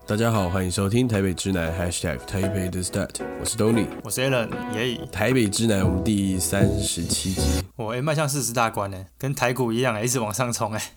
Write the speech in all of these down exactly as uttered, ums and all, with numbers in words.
大家好，欢迎收听台北之南 hashtag 台北的 stat， 我是 Tony， 我是 Alan， 耶！ 台北之南，我们第三十七集， 我哎迈向四十大关呢，跟台股一样哎，一直往上冲哎。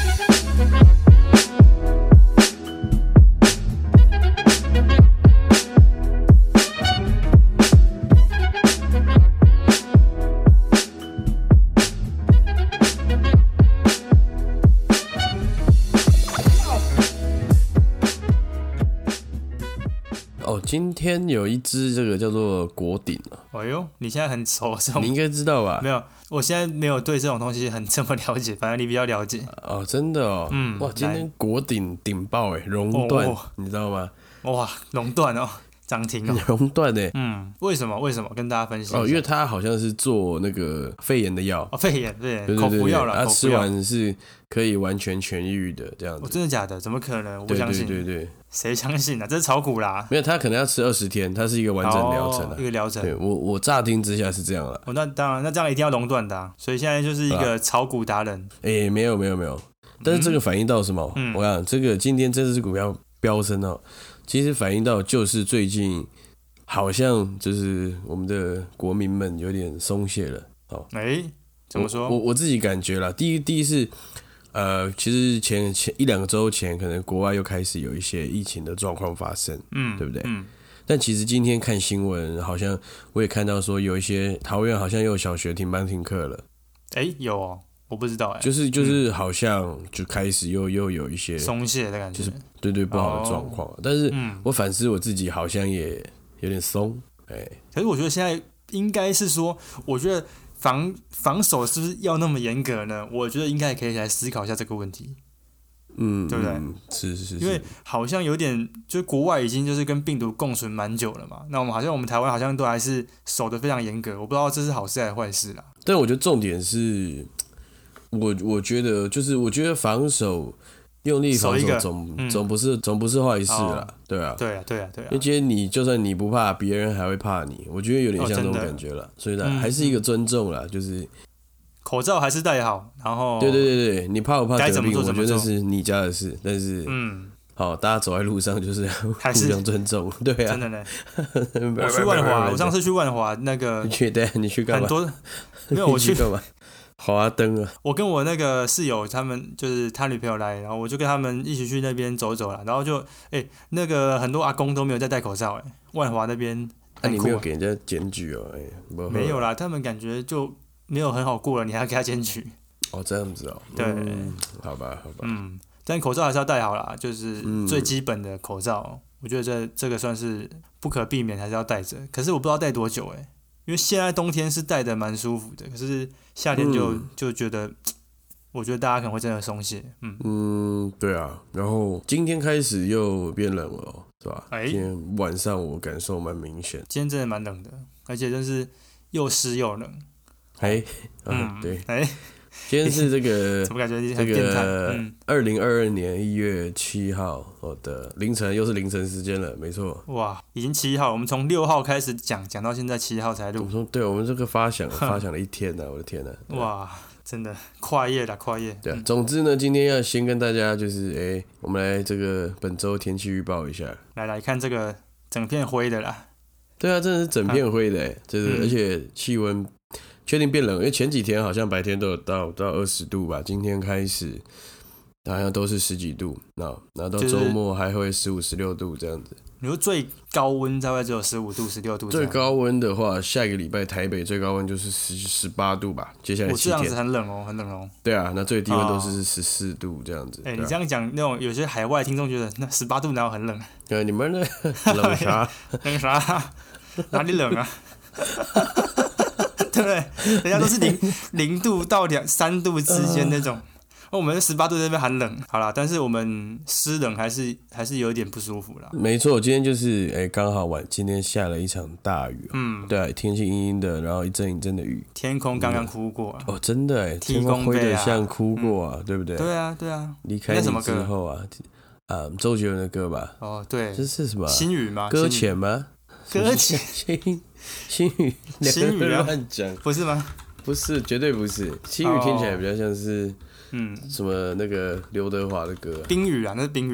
哦，今天有一只这个叫做国鼎啊。 哎呦，你现在很熟这种， 你应该知道吧？ 没有，我现在没有对这种东西很这么了解，反正你比较了解。 哦，真的哦， 嗯， 哇，今天国鼎顶爆哎，熔断、哦，你知道吗？ 哇，熔断哦，涨停哦， 熔断哎， 嗯，为什么？为什么？跟大家分析哦，因为他好像是做那个肺炎的药， 哦，肺炎，肺炎， 对对对对， 口服药啦， 他吃完是可以完全痊愈的这样子。 哦，真的假的？怎么可能？我不相信。 对对对对， 谁相信啊？这是炒股啦。 没有，他可能要吃二十天，它是一个完整疗程啊、 哦，一个疗程。 对我我乍听之下是这样啦。 哦，那当然，那这样一定要熔断的、啊，所以现在就是一个炒股达人。 哎、欸，没有没有没有，但是这个反映到什么？嗯、我讲这个今天这只股票飙升哦，其实反映到就是最近好像就是我们的国民们有点松懈了哦。 哎、欸，怎么说？ 我 我, 我自己感觉啦，第一第一是。呃，其实前前一两个周前，可能国外又开始有一些疫情的状况发生，嗯，对不对？嗯。但其实今天看新闻，好像我也看到说，有一些桃园好像又有小学停班停课了。 哎、欸，有哦，我不知道哎、欸。 就是就是好像就开始又又有一些松懈的感觉， 就是对对不好的状况。哦、但是我反思我自己，好像也有点松，哎、欸。 可是我觉得现在应该是说，我觉得。防防守是不是要那么严格呢？我觉得应该也可以来思考一下这个问题， 嗯， 对不对？ 嗯、是是是， 因为好像有点，就是国外已经就是跟病毒共存蛮久了嘛，那我们好像我们台湾好像都还是守得非常严格，我不知道这是好事还是坏事啦。 但我觉得重点是，我我觉得就是我觉得防守。用力防守总、嗯、总不是总不是坏事啦，哦、对啊， 对啊，对啊，对啊。 因为今天你就算你不怕，别人还会怕你，我觉得有点像这种感觉啦。哦、所以呢，嗯、还是一个尊重啦，就是口罩还是戴好，然后对对对对，你怕不怕得病，我觉得是你家的事，但是嗯，好，大家走在路上就是互相尊重，对啊， 真的呢。我去万华，我上次去万华那个， 你去对，你去干嘛？ 很多没有我去干嘛？华灯啊！ 我跟我那个室友，他们就是他女朋友来，然后我就跟他们一起去那边走走了，然后就哎、欸，那个很多阿公都没有在戴口罩，哎，万华那边、啊， 那、啊、你没有给人家检举哦，哎、欸， 没有啦，他们感觉就没有很好过了，你还给他检举？ 哦，这样子哦， 对、 嗯，好吧，好吧， 嗯，但口罩还是要戴好啦，就是最基本的口罩，嗯、我觉得这这个算是不可避免，还是要戴着。可是我不知道戴多久、欸，哎。因为现在冬天是戴的蛮舒服的，可是夏天就、嗯、就觉得，我觉得大家可能会真的松懈，嗯嗯，对啊。然后今天开始又变冷了、哦，是吧？哎、欸，今天晚上我感受蛮明显， 今天真的蛮冷的，而且真是又湿又冷。 哎、欸，嗯，对， 哎、欸， 今天是这个怎么感觉这很变态？ 个二零二二年一月七号的凌晨，又是凌晨时间了，没错。 哇，已经七号，我们从六号开始讲，讲到现在七号才录。 我说，对，我们这个发想发想了一天呢、啊，我的天呐、 啊！哇，真的跨夜了，跨夜。 对、啊，总之呢，今天要先跟大家就是，哎、欸，我们来这个本周天气预报一下。 来来看这个整片灰的啦。 对啊，真的是整片灰的、欸，就是、嗯、而且气温。确定变冷，因为前几天好像白天都有到到二十度吧，今天开始好像都是十几度，那然后到周末还会十五、十六度这样子。 你说最高温大概只有十五度、十六度。 最高温的话，下一个礼拜台北最高温就是十十八度吧，接下来七天。 我这样子很冷哦，很冷哦。 对啊，那最低温都是十四度这样子。 哎、欸， 啊、 你这样讲，那种有些海外听众觉得那十八度哪有很冷？ 对，你们那冷啥？ 冷啥？哪里冷啊？对不对？人家都是零零度到两三度之间那种，哦，我们十八度在那边寒冷，好啦，但是我们湿冷还是还是有一点不舒服啦。 没错，今天就是哎，刚好晚，今天下了一场大雨、哦，嗯，对，天气阴阴的，然后一阵一阵的雨， 天空刚刚哭过、啊嗯、哦，真的哎，天空灰的像哭过啊，嗯、对不对？ 对啊，对啊， 离开你之后啊，啊，周杰伦的歌吧？ 哦，对， 这是什么？ 心语吗？ 搁浅吗？ 搁浅。 新语， 新语啊， 乱讲， 不是吗？ 不是，绝对不是。新语听起来比较像是，嗯，什么那个刘德华的歌、啊。 冰雨啊，那是冰雨。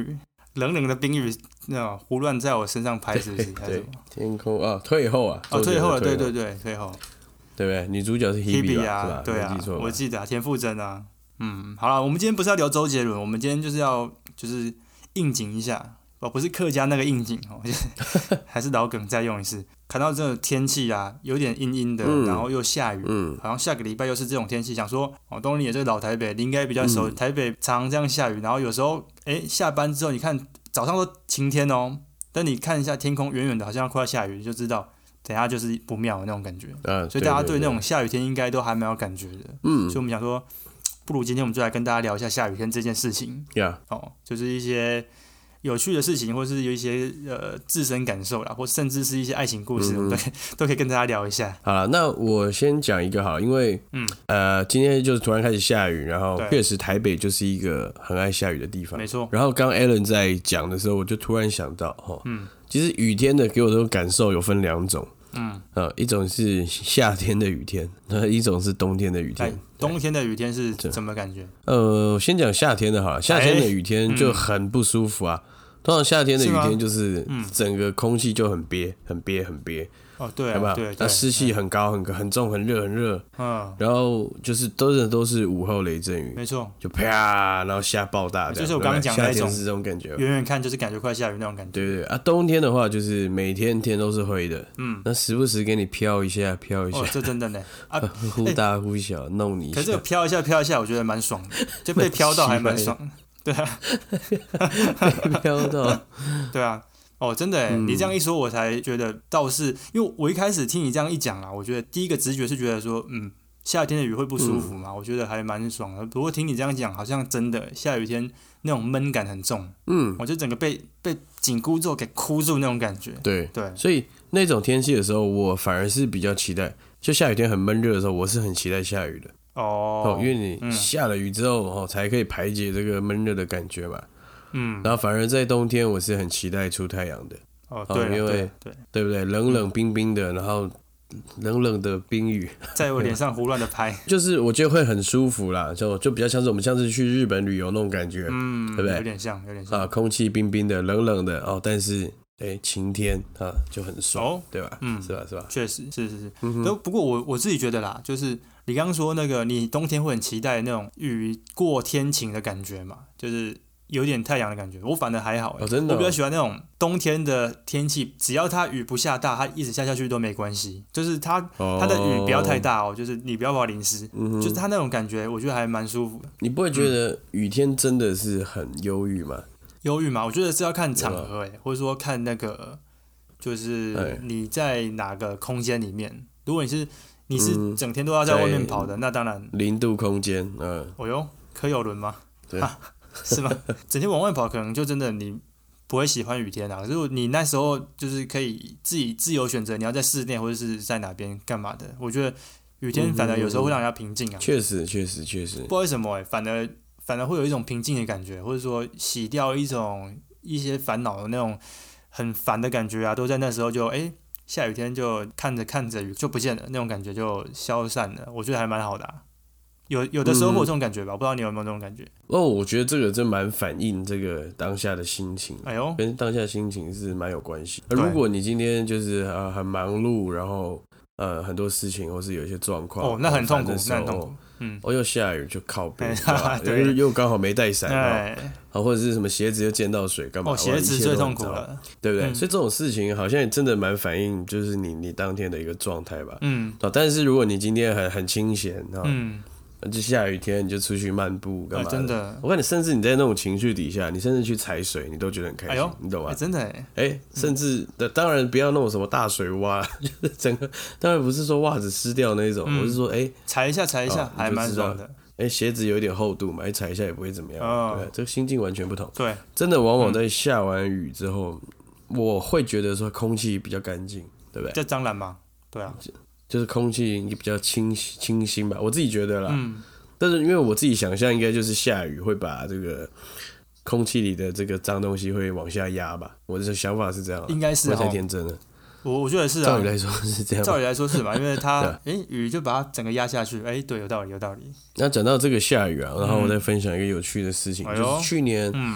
冷冷的冰雨那种胡乱在我身上拍，是不是？还是什么？ 天空啊，退后啊， 哦，退后了，对对对，退后， 对不对？女主角是 Hebe 啊， 是吧？ 对啊，我记得啊，田馥甄啊，嗯，好了，我们今天不是要聊周杰伦，我们今天就是要就是应景一下，哦，不是客家那个应景哦，就是还是老梗再用一次。看到这个天气啊，有点阴阴的，嗯、然后又下雨，嗯、好像下个礼拜又是这种天气。想说，哦，东林也是老台北，你应该比较熟。嗯、台北常常这样下雨，然后有时候，哎，下班之后，你看早上都晴天哦，但你看一下天空，远远的好像快要下雨，你就知道等一下就是不妙的那种感觉。嗯、所以大家对那种下雨天应该都还蛮有感觉的。嗯，所以我们想说，不如今天我们就来跟大家聊一下下雨天这件事情。 Yeah. 哦，就是一些有趣的事情，或是有一些呃自身感受啦，或甚至是一些爱情故事，嗯、我们都可以都可以跟大家聊一下。 好了，那我先讲一个好了，因为嗯呃今天就是突然开始下雨，然后确实台北就是一个很爱下雨的地方， 没错。 然后刚 Alan 在讲的时候，我就突然想到哈，嗯，其实雨天的给我这种感受有分两种。嗯，呃，一种是夏天的雨天，呃，一种是冬天的雨天。 冬天的雨天是怎么感觉？ 呃，先讲夏天的好了，夏天的雨天就很不舒服啊。通常夏天的雨天就是整个空气就很憋，很憋，很憋。 哦，对、啊， 有没有？ 对， 那湿气很高，很很重，很热，很热。嗯，然后就是都是都是午后雷阵雨， 没错， 就啪，然后下暴大， 就是我刚刚讲的那种， 夏天是这种感觉， 远远看就是感觉快下雨那种感觉。 对对啊，冬天的话就是每天天都是灰的，嗯，那时不时给你飘一下，飘一下， 哦，这真的呢，啊， 忽大忽小，弄你一下。 可是这个飘一下，飘一下，我觉得蛮爽的，就被飘到还蛮爽的，对啊， 被飘到， 对啊。哦，真的哎，嗯、你这样一说，我才觉得倒是，因为我一开始听你这样一讲啊，我觉得第一个直觉是觉得说，嗯，夏天的雨会不舒服嘛，嗯、我觉得还蛮爽的。不过听你这样讲，好像真的下雨天那种闷感很重，嗯，我就整个被被紧箍咒给箍住那种感觉。 对对， 所以那种天气的时候，我反而是比较期待，就下雨天很闷热的时候，我是很期待下雨的。哦，哦因为你下了雨之后，哦，才可以排解这个闷热的感觉嘛。嗯，然后反而在冬天，我是很期待出太阳的。 哦，对， 因为对对不对？冷冷冰冰的，然后冷冷的冰雨在我脸上胡乱的拍， 就是我觉得会很舒服啦，就就比较像是我们上次去日本旅游那种感觉，嗯，对不对？ 有点像，有点像啊，空气冰冰的，冷冷的哦，但是哎，晴天啊就很爽，哦、对吧？嗯，是吧？是吧？ 确实是是是。嗯、不过我我自己觉得啦，就是你刚刚说那个，你冬天会很期待那种雨过天晴的感觉嘛，就是。有点太阳的感觉，我反而还好、欸哦真的哦、 我比较喜欢那种冬天的天气，只要它雨不下大，它一直下下去都没关系。就是它、哦、它的雨不要太大哦，就是你不要把它淋湿，嗯、就是它那种感觉，我觉得还蛮舒服的。 你不会觉得雨天真的是很忧郁吗？ 忧郁嘛，我觉得是要看场合、欸，或者说看那个，就是你在哪个空间里面。如果你是你是整天都要在外面跑的，嗯、那当然零度空间，嗯， 哦哟，柯有伦吗？ 对。 啊是吗？整天往外跑，可能就真的你不会喜欢雨天啊。可是你那时候就是可以自己自由选择，你要在室内或者是在哪边干嘛的。我觉得雨天反而有时候会让人家平静啊。 确实，确实，确实。不知道为什么哎、欸，反而反而会有一种平静的感觉，或者说洗掉一种一些烦恼的那种很烦的感觉啊，都在那时候就哎、欸、下雨天就看着看着雨就不见了，那种感觉就消散了。我觉得还蛮好的、啊。有有的时候会有这种感觉吧，嗯、不知道你有没有这种感觉？ 哦，我觉得这个真蛮反映这个当下的心情，哎呦，跟当下的心情是蛮有关系。如果你今天就是呃很忙碌，然后呃很多事情或是有一些状况， 哦，那很痛苦，那很痛苦。 嗯，哦，又下雨就靠背，对，又刚好没带伞，啊，或者是什么鞋子又溅到水，干嘛？ 哦，鞋子最痛苦了， 对不对？嗯、所以这种事情好像真的蛮反映就是你你当天的一个状态吧。嗯，但是如果你今天很很清闲，嗯。就下雨天你就出去漫步干嘛、 啊？真的， 我看你甚至你在那种情绪底下，你甚至去踩水，你都觉得很开心，哎、你懂吗？ 哎、真的哎、 欸，甚至、嗯、当然不要那种什么大水洼，就是整个当然不是说袜子湿掉那种，嗯、我是说哎、欸， 踩一下踩一下、哦、还蛮爽的。 哎、欸，鞋子有一点厚度嘛，哎、欸，踩一下也不会怎么样。哦、对，这个心境完全不同。 对， 真的往往在下完雨之后，嗯、我会觉得说空气比较干净，对不对？ 这当然嘛，对啊， 就是空气比较清清新吧，我自己觉得啦。嗯。但是因为我自己想象，应该就是下雨会把这个空气里的这个脏东西会往下压吧。我的想法是这样， 应该是、哦、 我太天真了。 我我觉得是啊， 照理来说是这样。 照理来说是嘛，因为它哎、欸、雨就把它整个压下去，哎、欸、对，有道理有道理。 那讲到这个下雨啊，然后我再分享一个有趣的事情，嗯、就是去年，嗯，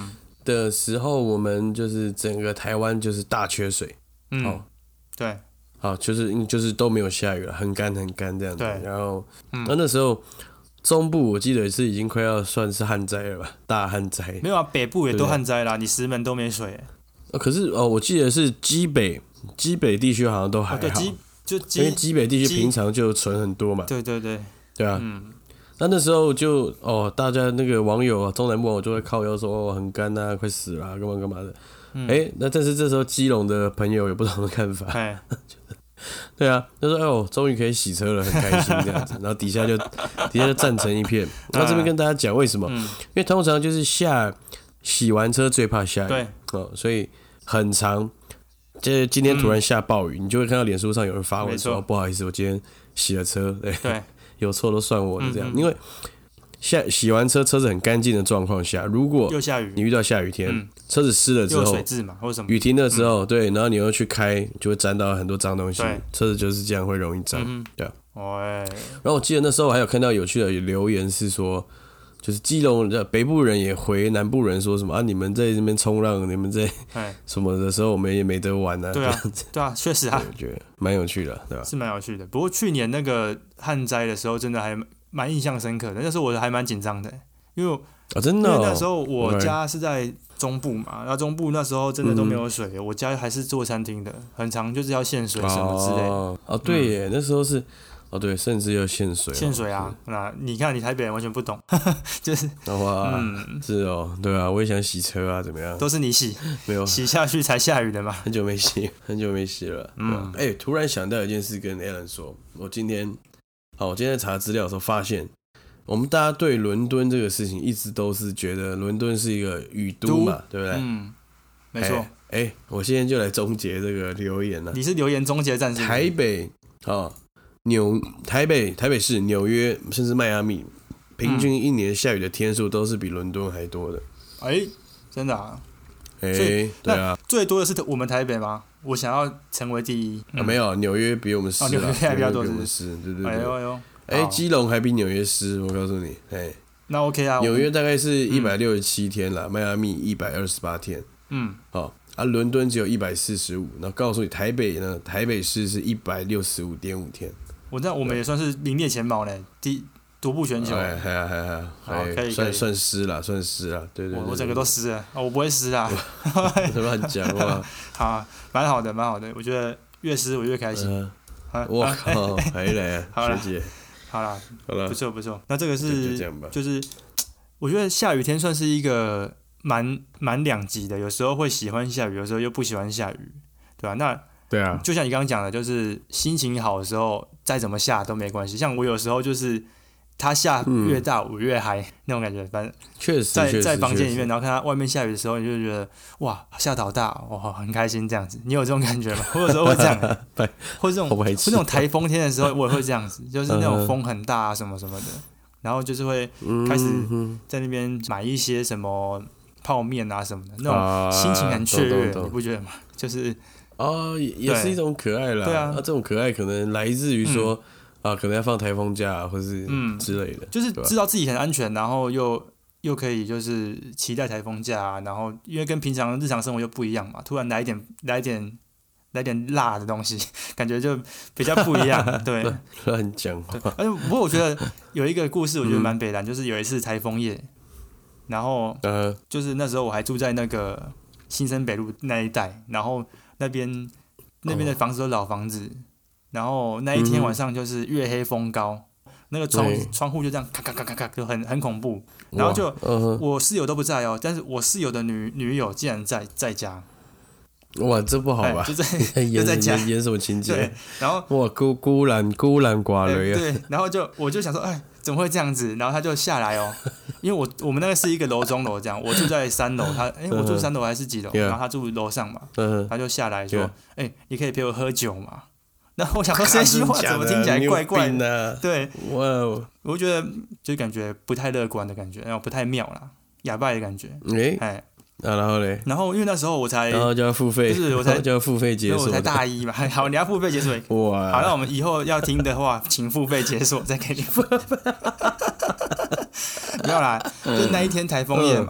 的时候，我们就是整个台湾就是大缺水， 嗯，哦、对， 好，就是就是都没有下雨了，很干很干这样子。 对， 然后，嗯、那那时候中部我记得是已经快要算是旱灾了吧，大旱灾。 没有啊，北部也都旱灾啦，你石门都没水、欸。 哦，可是哦，我记得是基北，基北地区好像都还好，哦、 对，基就基因为基北地区平常就存很多嘛。 对对对， 对啊。 嗯。 那那时候就哦，大家那个网友啊，中南部网友就会靠腰说哦很干啊，快死了、啊，干嘛干嘛的。哎、嗯欸，那但是这时候基隆的朋友有不同的看法。对啊，他说哎呦，终于可以洗车了，很开心这样子。然后底下就底下就站成一片。然后这边跟大家讲为什么？嗯、因为通常就是下洗完车最怕下雨， 对哦， 所以很长。这今天突然下暴雨，嗯、你就会看到脸书上有人发文说、哦、不好意思，我今天洗了车。对。对有错都算我的这样，嗯嗯因为下洗完车车子很干净的状况下，如果又下雨， 你遇到下雨天，嗯、车子湿了之后， 水渍嘛，或者什么雨停了之后，嗯、对，然后你又去开，就会沾到很多脏东西，车子就是这样会容易脏，嗯、对、啊。然后我记得那时候还有看到有趣的留言是说，就是基隆的北部人也回南部人说什么啊，你们在那边冲浪，你们在什么的时候，我们也没得玩啊。 对啊，对啊，确实啊， 我觉得蛮有趣的，对吧？ 是蛮有趣的。不过去年那个旱灾的时候，真的还蛮印象深刻的。那时候我还蛮紧张的，因为啊，真的、哦， 因为那时候我家是在中部嘛，然后中部那时候真的都没有水，嗯、我家还是做餐厅的，很常就是要限水什么之类的。 哦，哦对耶，嗯、那时候是。哦，对，甚至要限水、哦。 限水啊！那你看，你台北人完全不懂，就是哇，嗯，是哦，对啊，我也想洗车啊，怎么样？ 都是你洗， 没有洗下去才下雨的嘛。 很久没洗，很久没洗了。嗯，哎、欸，突然想到一件事，跟 Alan 说，我今天，好，我今天查资料的时候发现，我们大家对伦敦这个事情一直都是觉得伦敦是一个雨都嘛，都对不对？ 嗯，没错。 哎、欸欸，我现在就来终结这个留言了。 你是留言终结战士？ 台北，哦。纽台北、台北市、纽约，甚至迈阿密，平均一年下雨的天数都是比伦敦还多的。 哎、欸，真的啊？ 哎、欸，对啊， 最多的是我们台北吗？我想要成为第一。 嗯、啊，没有，纽约比我们湿、啊，纽、哦、 约还比较多， 比我们湿，对对对。 哎呦哎呦， 哎、欸，基隆还比纽约湿，我告诉你，哎， 那 OK 啊。 纽约大概是一百六十七天啦，迈阿密一百二十八天。嗯，好。啊，伦敦只有一百四十五，然后告诉你，台北呢，台北市是一百六十五点五天。 我那我们也算是名列前茅呢，第独步全球。 哎，还啊还啊， 可以算算湿了，算湿了，对 对, 對。 我我整个都湿了，我不会湿啦。 乱讲话。 好，蛮好的，蛮好的，我觉得越湿我越开心。 呃、我靠，还来，学姐。 好啦， 好了， 不错不错。那这个是就这样吧， 就是我觉得下雨天算是一个蛮蛮两极的，有时候会喜欢下雨，有时候又不喜欢下雨，对吧？那对啊， 就像你刚刚讲的，就是心情好的时候，再怎么下都没关系。像我有时候就是它下越大，我越嗨那种感觉。反正确实， 在在房间里面，然后看它外面下雨的时候，你就觉得哇，下得好大，哇，很开心这样子。你有这种感觉吗？我有时候会这样，或者这种或这种台风天的时候，我也会这样子，就是那种风很大啊什么什么的，然后就是会开始在那边买一些什么泡面啊什么的，那种心情很雀跃，你不觉得吗？就是。 哦，也是一种可爱啦。 对啊， 啊，这种可爱可能来自于说、嗯、啊，可能要放台风假或是之类的、嗯， 就是知道自己很安全，然后又又可以就是期待台风假、啊，然后因为跟平常日常生活又不一样嘛，突然来一点来一点来点辣的东西，感觉就比较不一样。对， 乱讲话。 而且不过我觉得有一个故事，我觉得蛮北蓝、嗯，就是有一次台风夜，然后就是那时候我还住在那个新生北路那一带，然后。那边那边的房子都老房子、哦，然后那一天晚上就是月黑风高，嗯、那个窗窗户就这样咔咔咔咔咔，就很很恐怖。然后就、呃、我室友都不在哦，但是我室友的女女友竟然在在家。 哇，这不好吧？ 就在就在家演什么情节？ 对，然后哇，孤孤男孤男寡女啊。 对，然后就我就想说，哎，怎么会这样子？然后他就下来哦，因为我我们那个是一个楼中楼这样，我住在三楼，他哎，我住三楼还是几楼？ Uh-huh. 然后他住楼上嘛， uh-huh. 他就下来说，哎，你可以陪我喝酒嘛？然后我想说这句话怎么听起来怪怪的？啊、对，哇、wow. 我觉得就感觉不太乐观的感觉，然后不太妙啦，哑巴的感觉，哎、欸。 啊，然后嘞， 然后因为那时候我才， 然后就要付费， 就是我才就要付费解锁， 我才大一嘛。好，你要付费解锁，哇！好，那我们以后要听的话，请付费解锁，再给你付。没有啦，就是那一天台风夜嘛，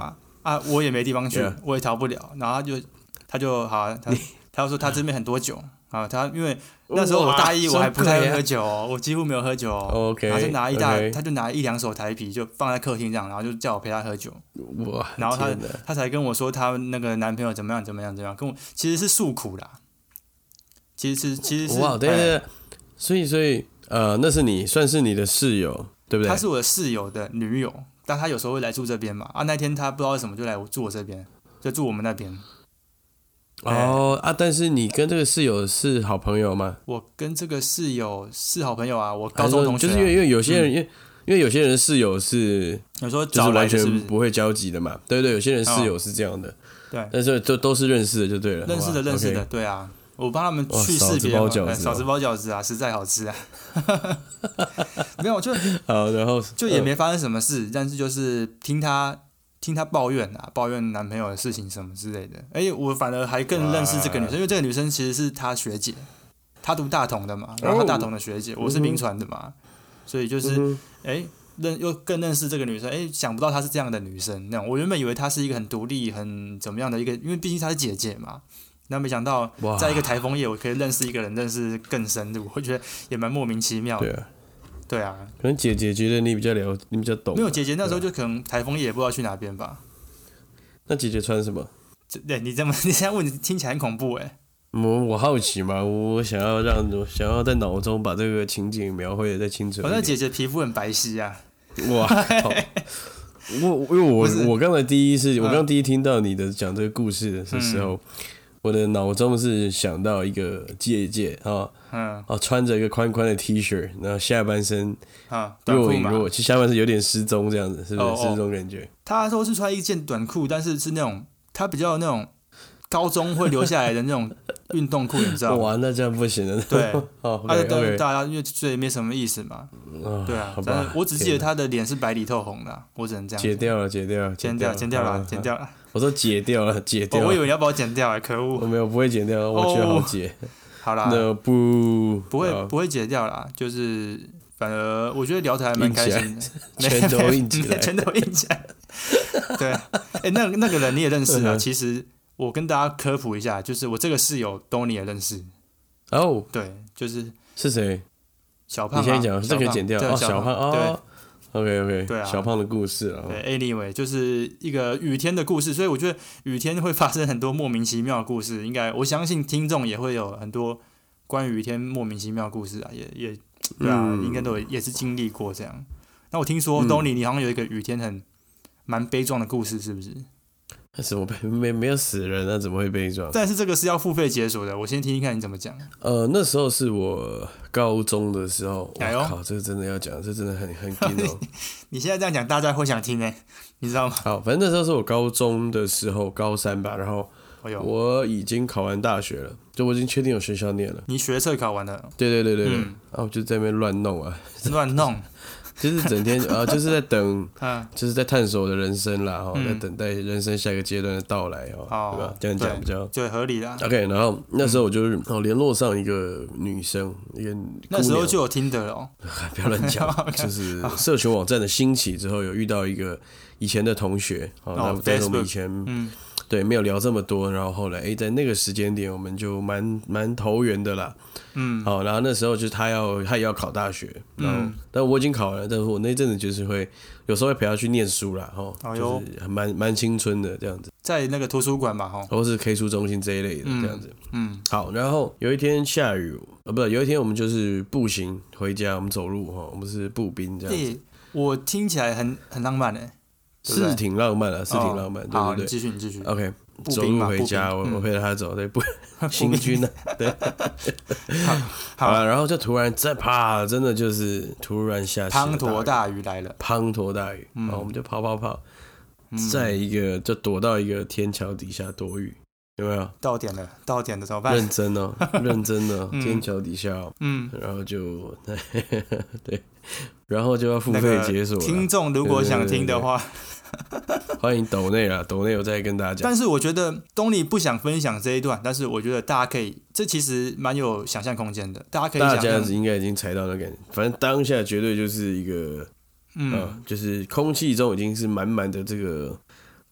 啊，我也没地方去， Yeah. 我也逃不了。然后他就他就好、啊，他他就说他这边很多酒啊，他因为那时候我大一，我还不太会喝酒哦，我几乎没有喝酒哦。 OK， 然后就拿一大， okay. 他就拿一两手台啤，就放在客厅这样，然后就叫我陪他喝酒。 哇！ 然后他他才跟我说他那个男朋友怎么样怎么样怎么样，跟我其实是诉苦啦。其实是其实是哇，对对对，所以所以呃，那是你算是你的室友，对不对？ 她是我的室友的女友，但她有时候会来住这边嘛。啊，那天她不知道为什么就来住我这边，就住我们那边。 哦啊，但是你跟这个室友是好朋友吗？ 我跟这个室友是好朋友啊，我高中同学、啊。 就是因为因为有些人、嗯、因为因为有些人室友是有时候就是完全是是不会交集的嘛，对对，有些人室友是这样的，哦、 对， 但是都都是认识的就对了， 认识的认识的， okay. 对啊。我帮他们去识别嫂子包饺子啊，实在好吃啊！没有，就好，然后就也没发生什么事，但是就是听他听他抱怨啊，抱怨男朋友的事情什么之类的。哎，我反而还更认识这个女生，因为这个女生其实是她学姐，她读大同的嘛，然后她大同的学姐，我是民传的嘛，所以就是哎认又更认识这个女生。哎，想不到她是这样的女生，那种我原本以为她是一个很独立、很怎么样的一个，因为毕竟她是姐姐嘛。那没想到，在一个台风夜，我可以认识一个人，认识更深入，我觉得也蛮莫名其妙的。 对啊， 对啊， 可能姐姐觉得你比较了，你比较懂。 没有，姐姐那时候就可能台风夜也不知道去哪边吧。 那姐姐穿什么？ 对，你这么你现在问，听起来很恐怖哎。 我我好奇嘛，我想要让我想要在脑中把这个情景描绘的再清楚一点。 我那姐姐皮肤很白皙啊。 哇靠！我因为我我刚才第一是，我刚第一听到你的讲这个故事的时候。嗯我的脑中是想到一个姐姐啊，嗯，哦，穿着一个宽宽的 T 恤，然后下半身啊若隐若，其实下半身有点失踪这样子，是不是？哦哦是这种感觉。 他说是穿一件短裤，但是是那种他比较那种高中会留下来的那种运动裤，你知道吗？ 哇，那这样不行了。 对， 哦， 他的大家因为这也没什么意思嘛。哦、对啊，但是我只记得他的脸是白里透红的、啊，我只能这样。 解掉了，解掉了， 剪掉，剪掉了，剪掉了。 我说解掉了，解掉了、 哦。我以为你要把我剪掉、欸，可恶！ 我没有，不会剪掉，我觉得好解。 哦、好啦， 那不不会不会解掉啦，就是反而我觉得聊得还蛮开心的， 拳头硬起来， 拳头硬起来。对，哎、欸，那那个人你也认识啊？其实我跟大家科普一下，就是我这个室友都你也认识。 哦， 对，就是是谁？ 小胖、啊。 你先讲，这可以剪掉哦。小胖哦。OK OK， 对啊， 小胖的故事啊。 对 ，Anyway， 就是一个雨天的故事，所以我觉得雨天会发生很多莫名其妙的故事。应该我相信听众也会有很多关于雨天莫名其妙的故事啊，也也对啊，嗯、应该都有也是经历过这样。那我听说 Tony、嗯、你好像有一个雨天很蛮悲壮的故事，是不是？ 什么没没有死人啊？怎么会悲壮？ 但是这个是要付费解锁的，我先听听看你怎么讲。 呃，那时候是我高中的时候，我、 哎、 靠，这个真的要讲，这真的很很硬哦。 你现在这样讲，大家会想听哎、欸，你知道吗？ 好，反正那时候是我高中的时候，高三吧，然后我已经考完大学了，就我已经确定有学校念了。 你学测考完了？ 对对对对对，嗯、然后我就在那边乱弄啊， 乱弄。 就是整天啊，就是在等，就是在探索我的人生啦，哈、嗯，在等待人生下一个阶段的到来，哦，对吧？这样讲比较对合理啦。 OK， 然后那时候我就是哦联络上一个女生，一个那时候就有听的了、哦， 不要乱讲，就是社群网站的兴起之后，有遇到一个以前的同学，哦，那但是我们以前嗯。对，没有聊这么多，然后后来，哎，在那个时间点，我们就蛮蛮投缘的啦。嗯，好，然后那时候就是他要他也要考大学，然后、嗯、但我已经考完了，但是我那阵子就是会有时候会陪他去念书啦，哈、哦，就是蛮蛮青春的这样子， 在那个图书馆嘛，哈， 或是 K 书中心这一类的这样子。嗯，嗯好，然后有一天下雨，呃，不是，有一天我们就是步行回家，我们走路哈，我们是步兵这样子。 我听起来很很浪漫诶。 是挺浪漫的，是挺浪漫，哦、对对对。 继续，你继续。 OK， 走路回家，我我陪着他走，对不？行军呢？对。好了，然后就突然再啪，真的就是突然下起滂沱大雨来了， 滂沱大雨，然后我们就跑跑跑，在一个就躲到一个天桥底下躲雨。有没有到点了？到点了怎么办？ 认真哦，认真的、哦，嗯、天桥底下、哦，嗯，然后就对，然后就要付费解锁、那個。 听众如果想听的话， 對對對對欢迎抖内啦，抖内我再跟大家讲。 但是我觉得东尼不想分享这一段，但是我觉得大家可以，这其实蛮有想象空间的，大家可以想象。 大家应该已经猜到那个，反正当下绝对就是一个，嗯、呃，就是空气中已经是满满的这个。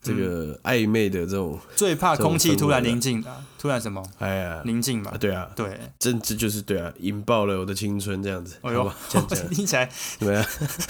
这个暧昧的这种， 最怕空气突然宁静啊，突然什么？ 哎呀， 宁静嘛， 啊对啊， 对， 这这就是对啊，引爆了我的青春这样子， 哎呦， 这样讲听起来怎么样？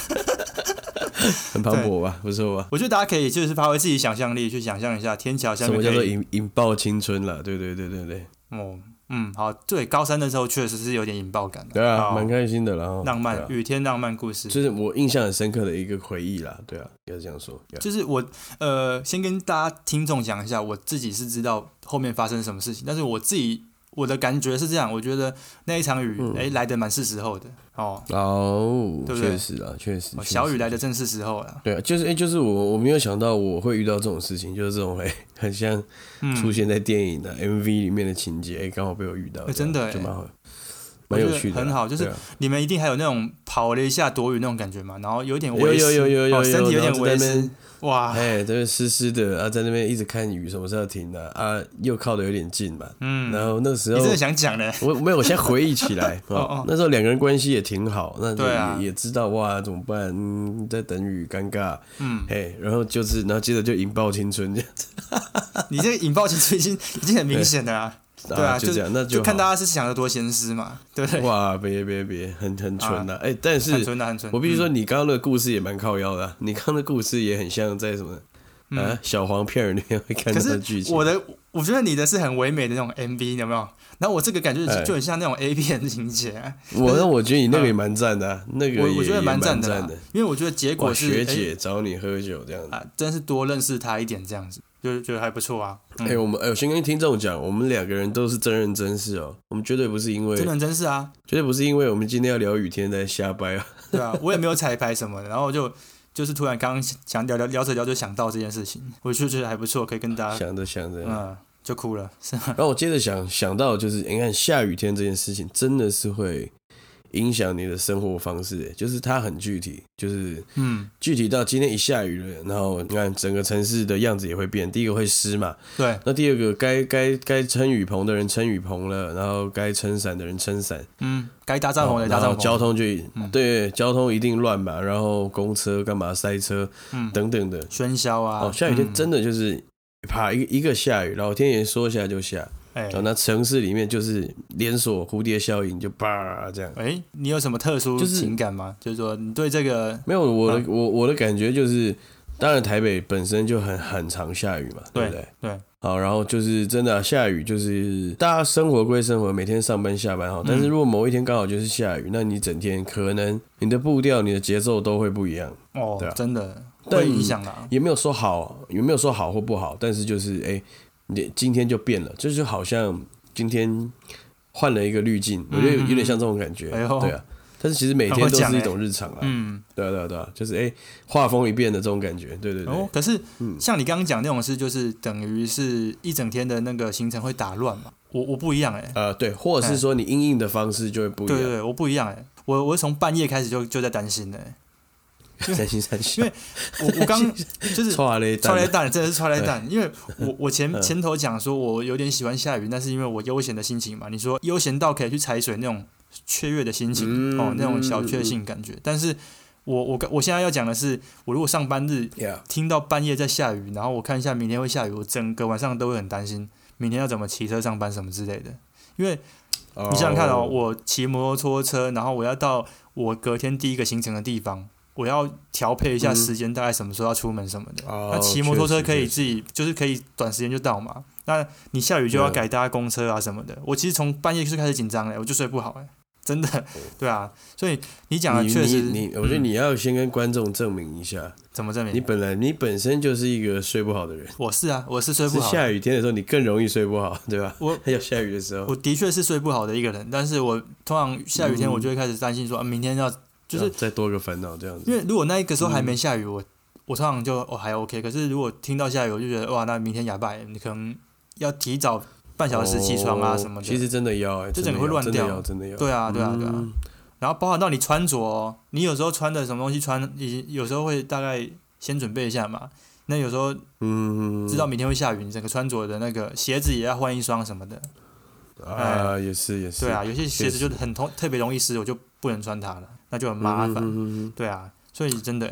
很磅礴吧，不错吧？ 我觉得大家可以就是发挥自己想象力去想象一下天桥下面什么叫做引引爆青春了？对对对对对。 哦，嗯，好，对，高三的时候确实是有点引爆感的， 对啊，蛮开心的，然后浪漫、雨天浪漫故事， 就是我印象很深刻的一个回忆啦。对啊，要这样说。 就是我呃，先跟大家听众讲一下，我自己是知道后面发生什么事情，但是我自己。我的感觉是这样，我觉得那一场雨，哎、嗯，来的蛮是时候的哦。 哦， 对不对？ 确实啊，确实。 小雨来的正是时候了。 对啊，就是哎，就是我我没有想到我会遇到这种事情，就是这种哎，很像出现在电影的 M V 里面的情节，哎、嗯，刚好被我遇到， 真的， 就蛮好。蛮有趣的， 很好，就是你们一定还有那种跑了一下躲雨那种感觉嘛，然后有点微湿，有有有有有， 哦、身体有点微湿，哇， 哎，这边湿湿的啊，在那边一直看雨什么时候停的 啊, 啊，又靠得有点近嘛，嗯，然后那时候你真的想讲的， 我没有，我先回忆起来，哦哦那时候两个人关系也挺好，那也、 啊、 也知道哇怎么办，嗯，在等雨尴尬，嗯，嘿，然后就是，然后接着就引爆青春这样子， 你这个引爆青春已经已经很明显了啊。对啊， 就这样，那就看大家是想的多闲思嘛，对不对？ 哇，别别别，很很纯的，哎、啊欸，但是很纯的很纯。 我必须说，你刚刚那个故事也蛮靠腰的、啊，你刚刚的故事也很像在什么、嗯、啊小黄片儿里面会看到的剧情。 我的，我觉得你的是很唯美的那种 M V， 有没有？然后我这个感觉就很像那种 A 片情节、啊。 我那我觉得你那个也蛮赞的、啊，嗯、那个我我觉得蛮赞的、 啊， 因为我觉得结果是学姐找你喝酒这样子啊，真是多认识他一点这样子。就觉得还不错啊！ 哎、嗯欸，我们哎、欸，我先跟听众讲，我们两个人都是真人真事哦，我们绝对不是因为真人真事啊， 绝对不是因为我们今天要聊雨天在瞎掰啊。 对啊，我也没有彩排什么的，然后就就是突然刚刚想聊聊聊着聊着想到这件事情，我就觉得还不错，可以跟大家想着想着， 嗯，就哭了。是然后我接着想想到就是，你看下雨天这件事情真的是会影响你的生活方式，就是它很具体，就是嗯，具体到今天一下雨了，然后你看整个城市的样子也会变。第一个会湿嘛， 对。 那第二个该该该撑雨棚的人撑雨棚了，然后该撑伞的人撑伞， 嗯，该搭帐篷的搭帐篷， 交通就、嗯、对，交通一定乱嘛，然后公车干嘛塞车，嗯，等等的喧嚣啊。 哦，下雨天真的就是啪一个一个下雨，老天爷说下就下。哎、欸，那城市里面就是连锁蝴蝶效应，就叭这样。 哎、欸，你有什么特殊情感吗？就是、就是说你对这个没有我的、啊、我我的感觉就是，当然台北本身就很很常下雨嘛，对不对？ 对。 好，然后就是真的、啊、下雨，就是大家生活归生活，每天上班下班好，但是如果某一天刚好就是下雨，那你整天可能你的步调、你的节奏都会不一样。 哦， 对啊， 真的会影响啦。 也没有说好，也没有说好或不好，但是就是哎。欸你今天就变了，就是好像今天换了一个滤镜，我觉得有点像这种感觉， 哎、 对啊。但是其实每天都是一种日常啊，嗯，对啊，对啊，对啊，就是哎，画风一变的这种感觉，对对对。 哦，可是像你刚刚讲那种事，就是等于是一整天的那个行程会打乱嘛。我我不一样哎、欸， 呃，对，或者是说你因应的方式就会不一样。 对对对，我不一样哎、欸，我我从半夜开始就就在担心的、欸。 担心担心， 因为我我刚就是唰嘞唰嘞蛋，真的是唰嘞蛋。因为我我前前头讲说我有点喜欢下雨，那是因为我悠闲的心情嘛。你说悠闲到可以去踩水那种雀跃的心情、嗯、哦，那种小确幸感觉。但是我我我现在要讲的是，我如果上班日听到半夜在下雨，然后我看一下明天会下雨，我整个晚上都会很担心，明天要怎么骑车上班什么之类的。因为你想想看哦，我骑摩托车，然后我要到我隔天第一个行程的地方。我要调配一下时间，大概什么时候要出门什么的。嗯、那骑摩托车可以自己，就是可以短时间就到嘛。那你下雨就要改搭公车啊什么的。我其实从半夜就开始紧张了，我就睡不好哎，真的，对啊。所以你讲的确实， 你, 你我觉得你要先跟观众证明一下。嗯、 怎么证明？ 你本来你本身就是一个睡不好的人。 我是啊，我是睡不好。 是下雨天的时候你更容易睡不好，对吧？ 我要下雨的时候， 我的确是睡不好的一个人。但是我通常下雨天我就会开始担心说，啊，明天要。就是再多个烦恼这样子， 因为如果那个时候还没下雨，嗯、我我通常就哦还 OK。可是如果听到下雨，我就觉得哇，那明天哑巴，你可能要提早半小时起床啊什么的。 哦、其实真的要、欸， 就整个会乱掉， 真的要，真的要。 对啊，对啊，对啊。嗯、然后包含到你穿着、哦，你有时候穿的什么东西穿，你有时候会大概先准备一下嘛。那有时候嗯，知道明天会下雨，你整个穿着的那个鞋子也要换一双什么的。 啊，也是也是。 对啊，有些鞋子就很特别容易湿，我就不能穿它了。那就很麻烦，嗯、对啊，所以真的、欸，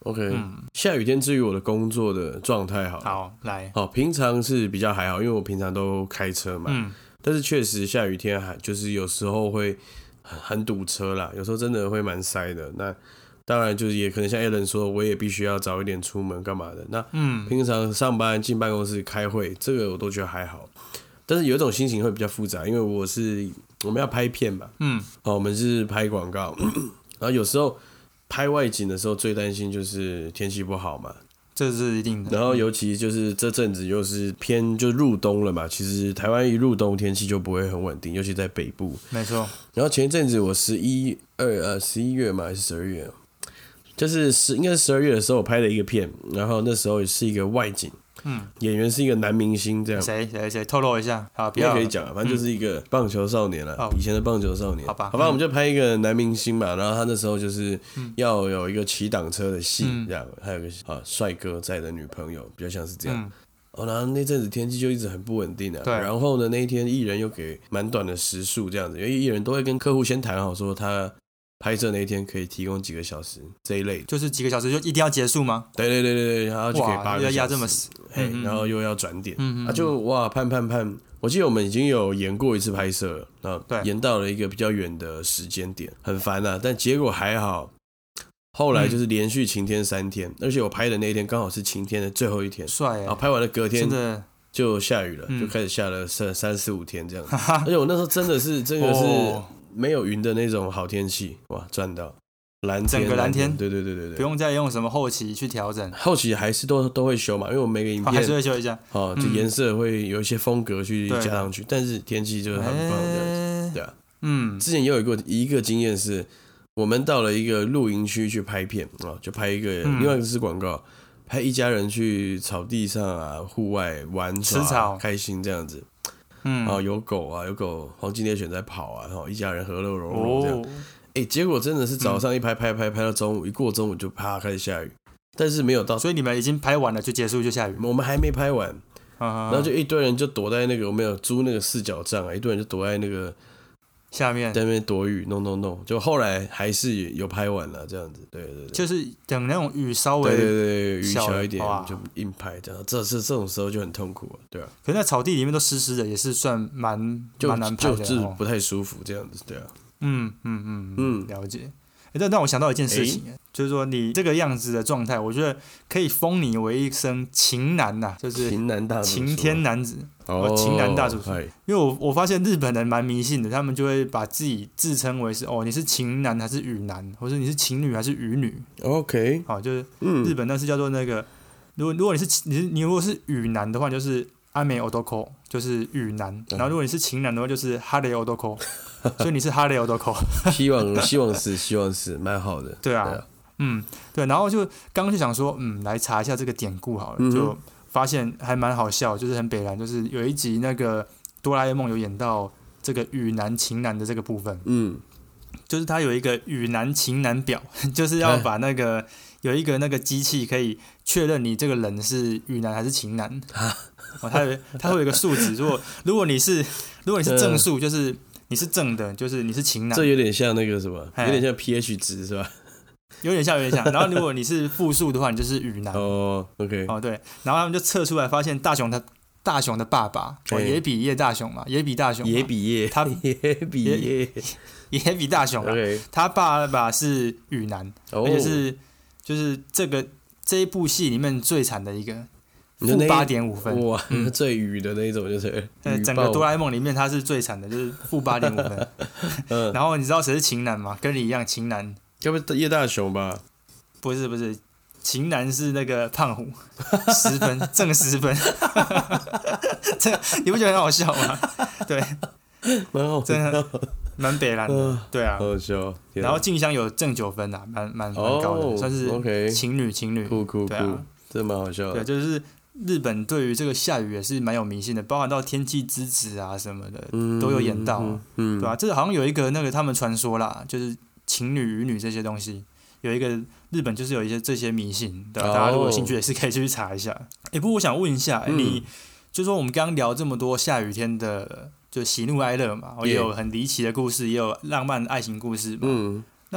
OK，、 嗯、 下雨天至于我的工作的状态好了， 好来， 好，平常是比较还好，因为我平常都开车嘛。 嗯， 但是确实下雨天还就是有时候会很很堵车啦，有时候真的会蛮塞的。那当然就是也可能像 Alan 说，我也必须要早一点出门干嘛的。那嗯， 平常上班进办公室开会，这个我都觉得还好。但是有一种心情会比较复杂，因为我是我们要拍片嘛， 嗯， 哦，我们是拍广告，然后有时候拍外景的时候最担心就是天气不好嘛， 这是一定的。 然后尤其就是这阵子又是偏就入冬了嘛，其实台湾一入冬天气就不会很稳定，尤其在北部。 没错。 然后前一阵子我十一二呃十一月嘛还是十二月，就是十应该是十二月的时候我拍了一个片，然后那时候是一个外景。嗯，演员是一个男明星，这样谁谁谁透露一下？好，不要可以讲，反正就是一个棒球少年了、 嗯， 以前的棒球少年。 好吧， 好吧，我们就拍一个男明星嘛，然后他那时候就是要有一个骑挡车的戏，这样，还有个啊帅哥载的女朋友，比较像是这样。嗯哦，然后那阵子天气就一直很不稳定啊。 对。 然后呢，那一天艺人又给蛮短的时数这样子，因为艺人都会跟客户先谈好说他拍摄那一天可以提供几个小时这一类的， 就是几个小时就一定要结束吗？ 对对对对对，然后就可以八个小时， 要压这么死， 嘿，然后又要转点， 嗯嗯啊就哇盼盼盼，我记得我们已经有延过一次拍摄了，啊，延到了一个比较远的时间点，很烦啊，但结果还好，后来就是连续晴天三天，而且我拍的那一天刚好是晴天的最后一天， 帅， 然后拍完了隔天真的就下雨了，嗯、就开始下了三三四五天这样子，而且我那时候真的是真的是没有云的那种好天气，哇，赚到。蓝天， 整个蓝天， 对对对对对， 不用再用什么后期去调整， 后期还是都都会修嘛，因为我每个影片、 哦、还是会修一下， 哦，就颜色会有一些风格去加上去，但是天气就是很棒这样子，对啊， 嗯， 之前也有一个一个经验是，我们到了一个露营区去拍片啊、哦，就拍一个、嗯、另外一个是广告，拍一家人去草地上啊，户外玩耍， 吃草开心这样子， 嗯， 哦，有狗啊，有狗黄金猎犬在跑啊，然后一家人和乐融融这样。哦哎、欸，结果真的是早上一拍拍拍拍到中午，嗯、一过中午就啪开始下雨，但是没有到， 所以你们已经拍完了就结束就下雨， 我们还没拍完， 啊、 然后就一堆人就躲在那个我们有租那个四角帐啊，一堆人就躲在那个下面， 在那边躲雨，弄弄弄，就后来还是有拍完了这样子，对对对， 就是等那种雨稍微对对对雨小一点哇就硬拍，这样这这这种时候就很痛苦了，对啊， 可是在草地里面都湿湿的，也是算蛮蛮难拍的， 就是不太舒服这样子，对啊， 嗯嗯嗯嗯，了解。但让我想到一件事情，欸、就是说你这个样子的状态，我觉得可以封你为一声晴男呐、啊，就是晴男大晴天男子， 哦， 晴男大主厨。因为我我发现日本人蛮迷信的，他们就会把自己自称为是哦，你是晴男还是雨男，或者你是晴女还是雨女。 OK， 好、哦，就是日本那是叫做那个，如果如果你是你你如果是雨男的话，就是阿美 odoko， 就是雨男，然后如果你是晴男的话，就是哈雷 odoko。所以你是哈雷欧多口， 希望希望是希望是蛮好的， 对啊，对啊嗯对，然后就刚刚就想说，嗯，来查一下这个典故好了，嗯、就发现还蛮好笑，就是很北蓝，就是有一集那个哆啦 A 梦有演到这个雨男晴男的这个部分，嗯，就是他有一个雨男晴男表，就是要把那个有一个那个机器可以确认你这个人是雨男还是晴男，哦，他有他会有一个数值，如果如果你是如果你是正数，就是你是正的，就是你是晴男， 这有点像那个什么，有点像 pH 值是吧？ 有点像，有点像。然后如果你是负数的话，你就是雨男。 哦 ，OK。 哦，对。然后他们就测出来，发现大雄他大雄的爸爸，哦，野比叶大雄嘛，野比大雄， 野比叶， 他野比叶， 野比大雄啊。 Okay. 他爸爸是雨男，而且是就是这个这一部戏里面最惨的一个。负八点五分， 哇，嗯、最雨的那一种就是。 整个哆啦 A 梦里面他是最惨的，就是负八点五分。嗯、然后你知道谁是晴男吗？跟你一样，晴男。 要不叶大雄吧？ 不是不是，晴男是那个胖虎，十分正十分。这你不觉得很好笑吗？对， 蛮好， 真的蛮北蓝的，呃、对啊， 好笑。 然后静香有正九分啊，蛮蛮蛮高的，哦、算是情侣情侣， 酷酷酷， 对啊， 这蛮好笑的。 对，就是日本对于这个下雨也是蛮有迷信的，包含到天气之子啊什么的，嗯、都有演到，嗯，嗯对吧、啊？这好像有一个那个他们传说啦，就是情侣与女这些东西，有一个日本就是有一些这些迷信，对吧、啊？哦、大家如果有兴趣也是可以去查一下。哎，不过我想问一下，嗯、你就说我们刚刚聊这么多下雨天的，就喜怒哀乐嘛，也有很离奇的故事，也有浪漫爱情故事嘛。嗯，那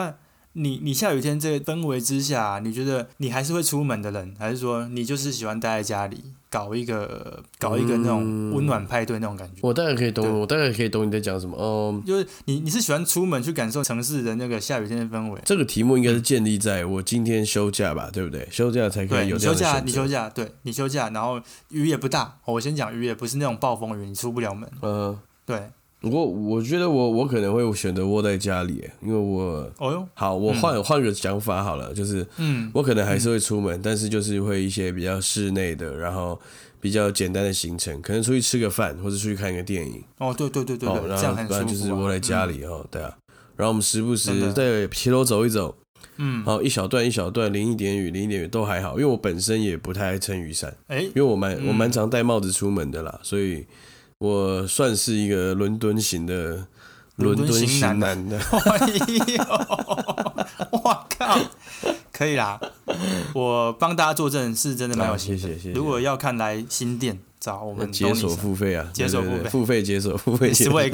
你你下雨天这个氛围之下，你觉得你还是会出门的人，还是说你就是喜欢待在家里，搞一个搞一个那种温暖派对那种感觉？ 我大概可以懂，我大概可以懂你在讲什么。嗯， 就是你你是喜欢出门去感受城市的那个下雨天的氛围？ 这个题目应该是建立在我今天休假吧，对不对？休假才可以有这样的选择。 你休假，你休假，对你休假，然后雨也不大。我先讲雨也不是那种暴风雨，你出不了门。 嗯， 对。 我我觉得我我可能会选择窝在家里，因为我哦哟， 好，我换换、嗯、个讲法好了，就是嗯，我可能还是会出门，嗯、但是就是会一些比较室内的，然后比较简单的行程，可能出去吃个饭，或者出去看个电影。 哦，对对对对对， 哦、然后这样很舒服、啊。 不然就是窝在家里哦、嗯，对啊。然后我们时不时在骑楼走一走，嗯，好，一小段一小段，淋一点雨，淋一点雨都还好，因为我本身也不太爱撑雨伞，哎，因为我蛮、嗯、我蛮常戴帽子出门的啦，所以。我算是一个伦敦型的伦敦型男的， 哎呦，我靠，可以啦，我帮大家作证是真的蛮有心的、啊。谢谢谢谢。如果要看来新店找我们解锁付费啊， 解锁付费， 付费解锁付费解锁。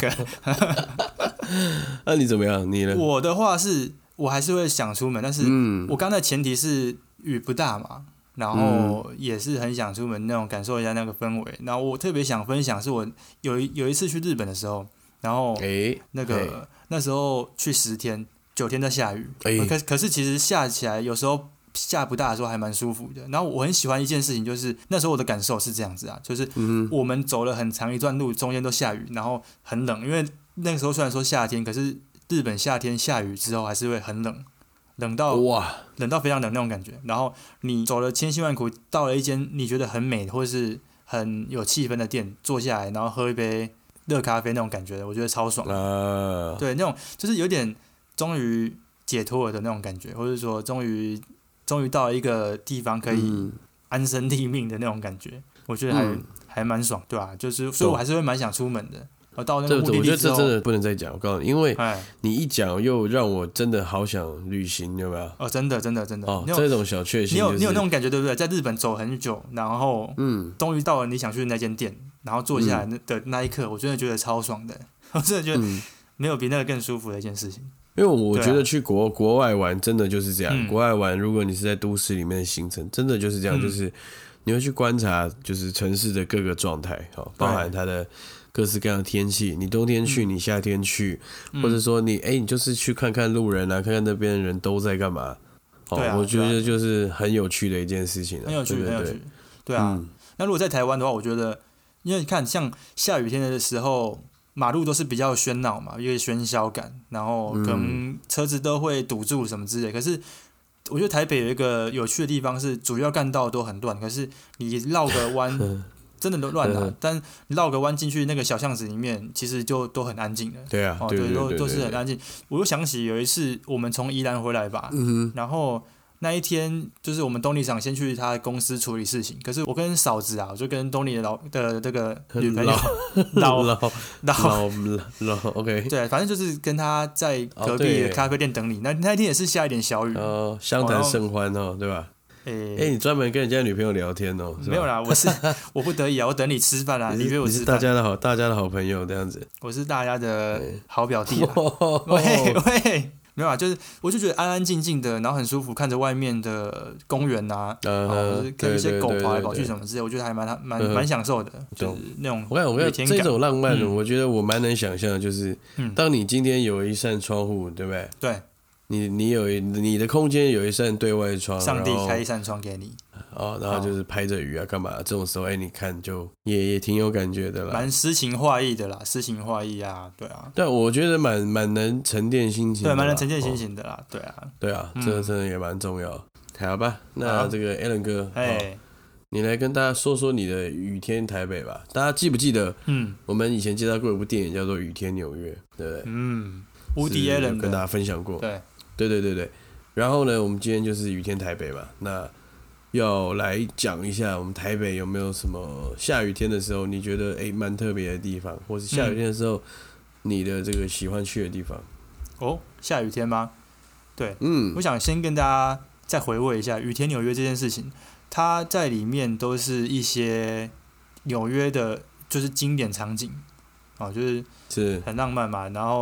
那你怎么样？你呢？ 我的话是，我还是会想出门，但是我刚才前提是雨不大嘛。然后也是很想出门那种感受一下那个氛围。然后我特别想分享是我有一有一次去日本的时候，然后那个那时候去十天九天在下雨，可可是其实下起来有时候下不大的时候还蛮舒服的。然后我很喜欢一件事情，就是那时候我的感受是这样子啊，就是我们走了很长一段路，中间都下雨，然后很冷，因为那个时候虽然说夏天，可是日本夏天下雨之后还是会很冷。冷到哇，冷到非常冷那种感觉。然后你走了千辛万苦，到了一间你觉得很美或者是很有气氛的店，坐下来，然后喝一杯热咖啡那种感觉的，我觉得超爽。呃、对，那种就是有点终于解脱了的那种感觉，或者说终于终于到了一个地方可以安身立命的那种感觉，我觉得还、嗯、还蛮爽，对吧、啊？就是所以我还是会蛮想出门的。我到那个目的地之后， 我觉得这真的不能再讲。我告诉你，因为你一讲又让我真的好想旅行，有没有？ 哦，真的，真的，真的。 哦，这种小确幸、就是， 你有你有那种感觉，对不对？在日本走很久，然后嗯，终于到了你想去的那间店，然后坐下来的那一刻，我真的觉得超爽的。我真的觉得没有比那个更舒服的一件事情。 因为我觉得去国、啊、国外玩真的就是这样。嗯、国外玩，如果你是在都市里面的行程，真的就是这样，嗯、就是你会去观察，就是城市的各个状态，好，包含它的。各式各样的天气，你冬天去，你夏天去，嗯、或者说你哎、欸，你就是去看看路人啊，看看那边的人都在干嘛。哦、啊，我觉得就是很有趣的一件事情、啊， 很有趣， 对对对很有趣。对啊、嗯，那如果在台湾的话，我觉得，因为你看，像下雨天的时候，马路都是比较喧闹嘛，有点喧嚣感，然后可能车子都会堵住什么之类。可是我觉得台北有一个有趣的地方是，主要干道都很乱，可是你绕个弯。真的都乱了、啊，但绕个弯进去那个小巷子里面，其实就都很安静了。 对啊， 哦， 对， 都都是很安静。我又想起有一次我们从宜兰回来吧，嗯、然后那一天就是我们东尼长先去他公司处理事情，可是我跟嫂子啊，我就跟东尼的老的这个女朋友老老老老 OK， 对，反正就是跟他在隔壁的咖啡店等你。哦、那那一天也是下一点小雨， 哦，相谈甚欢哦，对吧？哎、欸欸，你专门跟人家女朋友聊天哦？ 没有啦，我是我不得已啊，我等你吃饭啦，你约我吃饭。 你是大家的好，大家的好朋友这样子。 我是大家的好表弟啊。喂喂，没有啊，就是我就觉得安安静静的，然后很舒服，看着外面的公园啊，然后跟一些狗跑来跑去什么之类，我觉得还蛮蛮蛮享受的，就是那种。 我看我看这种浪漫的，嗯、我觉得我蛮能想象的，就是、嗯、当你今天有一扇窗户，对不对？ 对。 你你有你的空间有一扇对外窗， 上帝开一扇窗给你， 哦，然后就是拍着雨啊，干嘛？这种时候，哎、欸，你看就也也挺有感觉的啦， 蛮诗情画意的啦，诗情画意啊，对啊， 对，我觉得蛮蛮能沉淀心情的， 对，蛮能沉淀心情的啦，哦、对啊， 对啊，这个真的也蛮重要。好吧，那这个 Alan 哥，哎、哦，你来跟大家说说你的雨天台北吧。大家记不记得？嗯，我们以前介绍过一部电影叫做《雨天纽约》，对不对？ 嗯，Woody Allen 跟大家分享过， 对。 对对对对，然后呢，我们今天就是雨天台北嘛，那要来讲一下我们台北有没有什么下雨天的时候你觉得哎蛮特别的地方，或是下雨天的时候、嗯、你的这个喜欢去的地方。 哦，下雨天吗？对，嗯，我想先跟大家再回味一下雨天纽约这件事情，它在里面都是一些纽约的，就是经典场景，哦，就是是很浪漫嘛，然后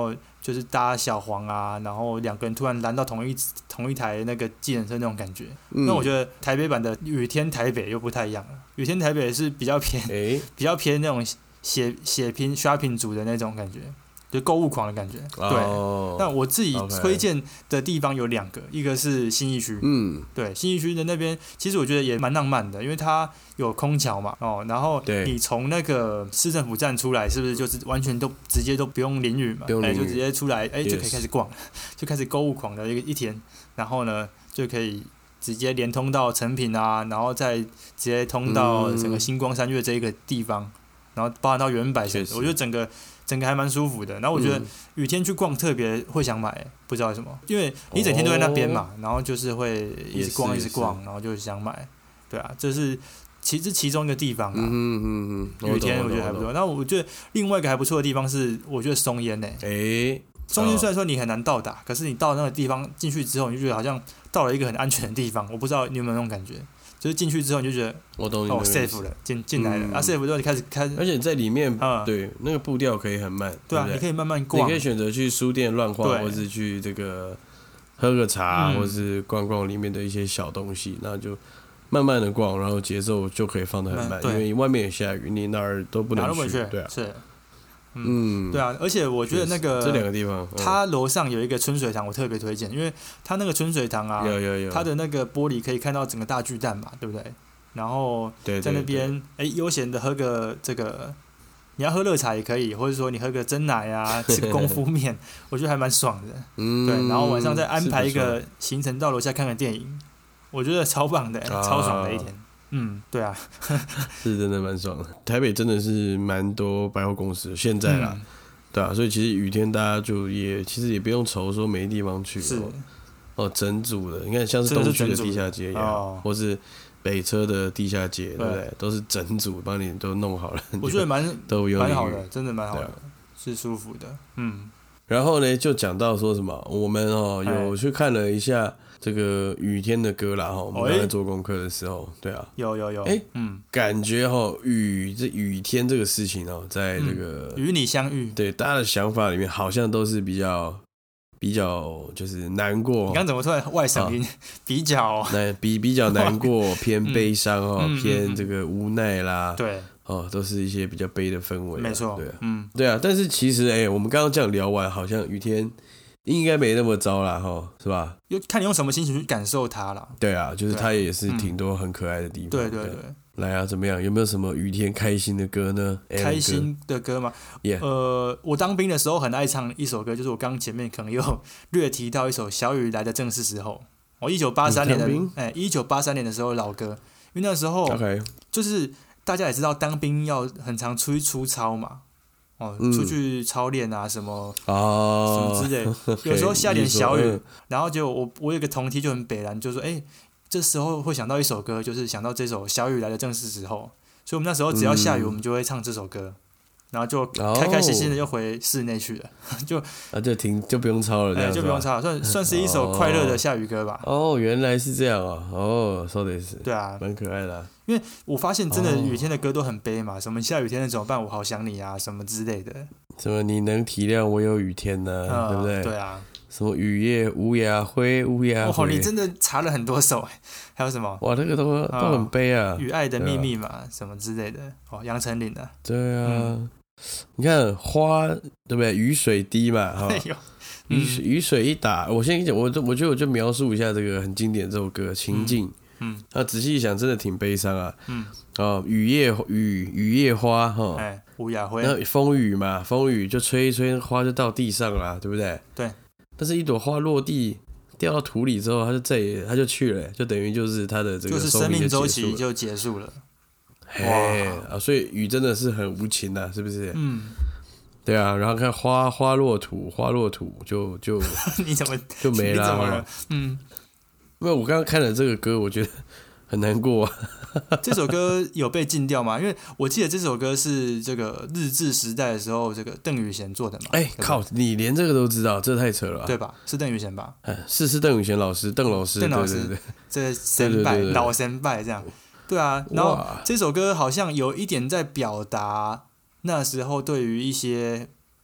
就是搭小黄啊，然后两个人突然拦到同一同一台那个计程车那种感觉。嗯、那我觉得台北版的雨天台北又不太一样了，雨天台北是比较偏、欸、比较偏那种血血拼 shopping 族的那种感觉。就购物狂的感觉，对。Oh, 但我自己推荐的地方有两个， okay. 一个是信义区，嗯，对，信义区的那边，其实我觉得也蛮浪漫的，因为它有空桥嘛，哦，然后你从那个市政府站出来，是不是就是完全都直接都不用淋雨嘛？哎，就直接出来，哎，就可以开始逛， yes. 就开始购物狂的一个一天，然后呢，就可以直接连通到成品啊，然后再直接通到整个星光三月这一个地方，然后包含到原百盛，我觉得整个。整个还蛮舒服的，然后我觉得雨天去逛特别会想买，不知道为什么，因为你整天都在那边嘛，然后就是会一直逛一直逛，然后就想买，对啊，这是其实其中一个地方啊。嗯嗯嗯，雨天我觉得还不错。那我觉得另外一个还不错的地方是，我觉得松烟呢、欸。诶、欸，松烟虽然说你很难到达，可是你到那个地方进去之后，你就觉得好像到了一个很安全的地方。我不知道你有没有那种感觉？就是进去之后你就觉得我懂你哦 safe 了，进进来了，嗯、啊 safe 之后你开始开始， 而且在里面、嗯、对那个步调可以很慢， 对啊， 对对你可以慢慢逛， 你可以选择去书店乱晃，或是去这个喝个茶，嗯、或是逛逛里面的一些小东西，那就慢慢的逛，然后节奏就可以放得很慢，因为外面也下雨，你哪儿都不能去， 去对啊， 是。嗯，对啊，而且我觉得那个这两个地方，嗯、 它楼上有一个春水堂，我特别推荐，因为它那个春水堂啊， 有有有， 它的那个玻璃可以看到整个大巨蛋嘛，对不对？然后在那边哎悠闲的喝个这个，你要喝热茶也可以，或者说你喝个珍奶啊，吃个功夫面，我觉得还蛮爽的。嗯，对，然后晚上再安排一个行程到楼下看个电影，我觉得超棒的，啊、超爽的一天。嗯，对啊， 是真的蛮爽的。台北真的是蛮多百货公司，现在啦，嗯、对啊，所以其实雨天大家就也其实也不用愁说没地方去， 是哦，整组的，你看像是东区的地下街也好，哦、或是北车的地下街，对不对？都是整组帮你都弄好了， 我觉得蛮都有蛮好的，真的蛮好的，是舒服的，嗯。 然后呢，就讲到说什么，我们哦有去看了一下。这个雨天的歌啦，哈，我们刚才做功课的时候，对啊， 有有有， 哎、欸，嗯，感觉哈雨这雨天这个事情哦，在这个与、嗯、你相遇， 对大家的想法里面，好像都是比较比较就是难过。 你刚怎么突然外省音？啊、比较难比比较难过，偏悲伤哦，嗯、偏这个无奈啦， 对， 哦，都是一些比较悲的氛围， 没错， 对啊， 嗯， 对啊，但是其实哎、欸，我们刚刚这样聊完，好像雨天。应该没那么糟啦，齁，是吧？ 又看你用什么心情去感受它啦。 对啊，就是它也是挺多很可爱的地方。 对对 对, 對。 来啊，怎么样？有没有什么雨天开心的歌呢？ 开心的歌吗？ Yeah. 呃，我当兵的时候很爱唱一首歌，就是我刚前面可能有略提到一首《小雨来的正是时候》。我一九八三年的，哎，一九八三年的时候老歌，因为那时候 ，OK， 就是大家也知道当兵要很常出去出操嘛。哦，出去操练啊，什么、 哦、 什么之类， okay, 有时候下点小雨，然後就我我有個同梯就很北藍，就說哎、欸，這時候會想到一首歌，就是想到這首《小雨來的正是時候》，所以我們那時候只要下雨，我們就會唱這首歌，然後就開開心心的就回室內去了，就啊就停就不用操了，這樣、欸、 就不用操了，算算是一首快樂的下雨歌吧。 哦，原來是這樣啊，哦，說的是， 對啊， 蠻可愛的、啊。 因為我發現真的雨天的歌都很悲嘛，什麼下雨天的怎麼辦？我好想你啊，什麼之類的。 什麼你能體諒我有雨天呢、啊嗯？對不對？ 對啊。 什麼雨夜烏鴉灰，烏鴉灰。 哦，你真的查了很多首，還有什麼？ 哇，這個都都很悲啊。 與愛的秘密嘛，什麼之類的。哦，楊丞琳的。 對啊、嗯，你看花，對不對？雨水滴嘛，哈、哦。雨雨水一打，我先跟你講，我就我覺得我就描述一下這個很經典這首歌情境。嗯嗯，啊，仔細一想，真的挺悲傷啊。嗯，哦，雨夜雨雨夜花哈， 哎，烏鴉灰， 那風雨嘛，風雨就吹一吹，花就到地上了，對不對？ 對。 但是，一朵花落地掉到土裡之後，它就再也它就去了，就等於就是它的這個就是生命週期就結束了。 嘿啊，所以雨真的是很無情啊，是不是？嗯。對啊，然後看花花落土，花落土就就你怎麼就沒了？ 怎麼了？嗯。 因為我剛剛看了這個歌，我覺得很難過、啊。 這首歌有被禁掉嗎？因為我記得這首歌是這個日治時代的時候，這個鄧雨賢做的嘛。哎、欸，靠， 你連這個都知道，這太扯了、啊， 對吧？是鄧雨賢吧？ 是是鄧雨賢老師，鄧老師， 鄧老師，對對對，這個先輩，老先輩這樣。對啊，然後這首歌好像有一點在表達那時候對於一些